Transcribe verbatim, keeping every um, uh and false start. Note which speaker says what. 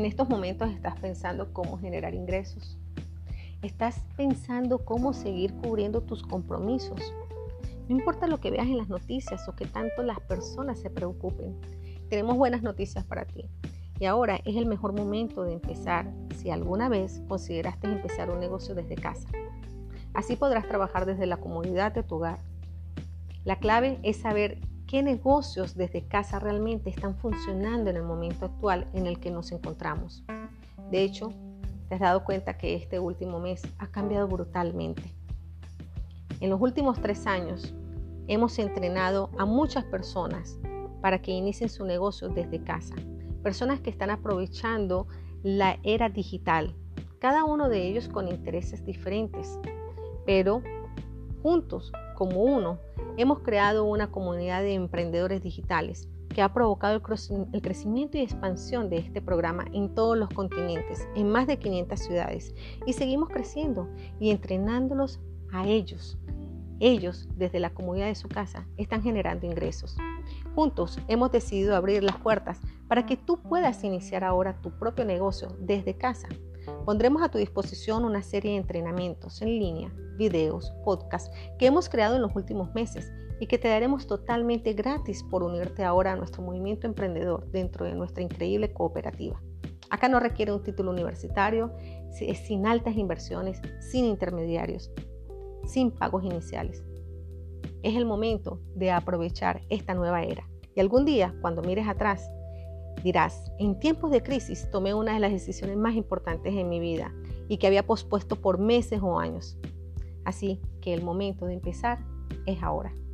Speaker 1: estos momentos estás pensando cómo generar ingresos. Estás pensando cómo seguir cubriendo tus compromisos. No importa lo que veas en las noticias o que tanto las personas se preocupen. Tenemos buenas noticias para ti. Y ahora es el mejor momento de empezar si alguna vez consideraste empezar un negocio desde casa. Así podrás trabajar desde la comodidad de tu hogar. La clave es saber qué negocios desde casa realmente están funcionando en el momento actual en el que nos encontramos. De hecho, te has dado cuenta que este último mes ha cambiado brutalmente. En los últimos tres años hemos entrenado a muchas personas para que inicien su negocio desde casa. Personas que están aprovechando la era digital, cada uno de ellos con intereses diferentes, pero juntos, como uno, hemos creado una comunidad de emprendedores digitales que ha provocado el, cre- el crecimiento y expansión de este programa en todos los continentes, en más de quinientas ciudades, y seguimos creciendo y entrenándolos a ellos. Ellos, desde la comodidad de su casa, están generando ingresos. Juntos hemos decidido abrir las puertas para que tú puedas iniciar ahora tu propio negocio desde casa. Pondremos a tu disposición una serie de entrenamientos en línea, videos, podcasts que hemos creado en los últimos meses y que te daremos totalmente gratis por unirte ahora a nuestro movimiento emprendedor dentro de nuestra increíble cooperativa. Acá no requiere un título universitario, es sin altas inversiones, sin intermediarios, sin pagos iniciales. Es el momento de aprovechar esta nueva era. Y algún día, cuando mires atrás, dirás, en tiempos de crisis tomé una de las decisiones más importantes en mi vida y que había pospuesto por meses o años. Así que el momento de empezar es ahora.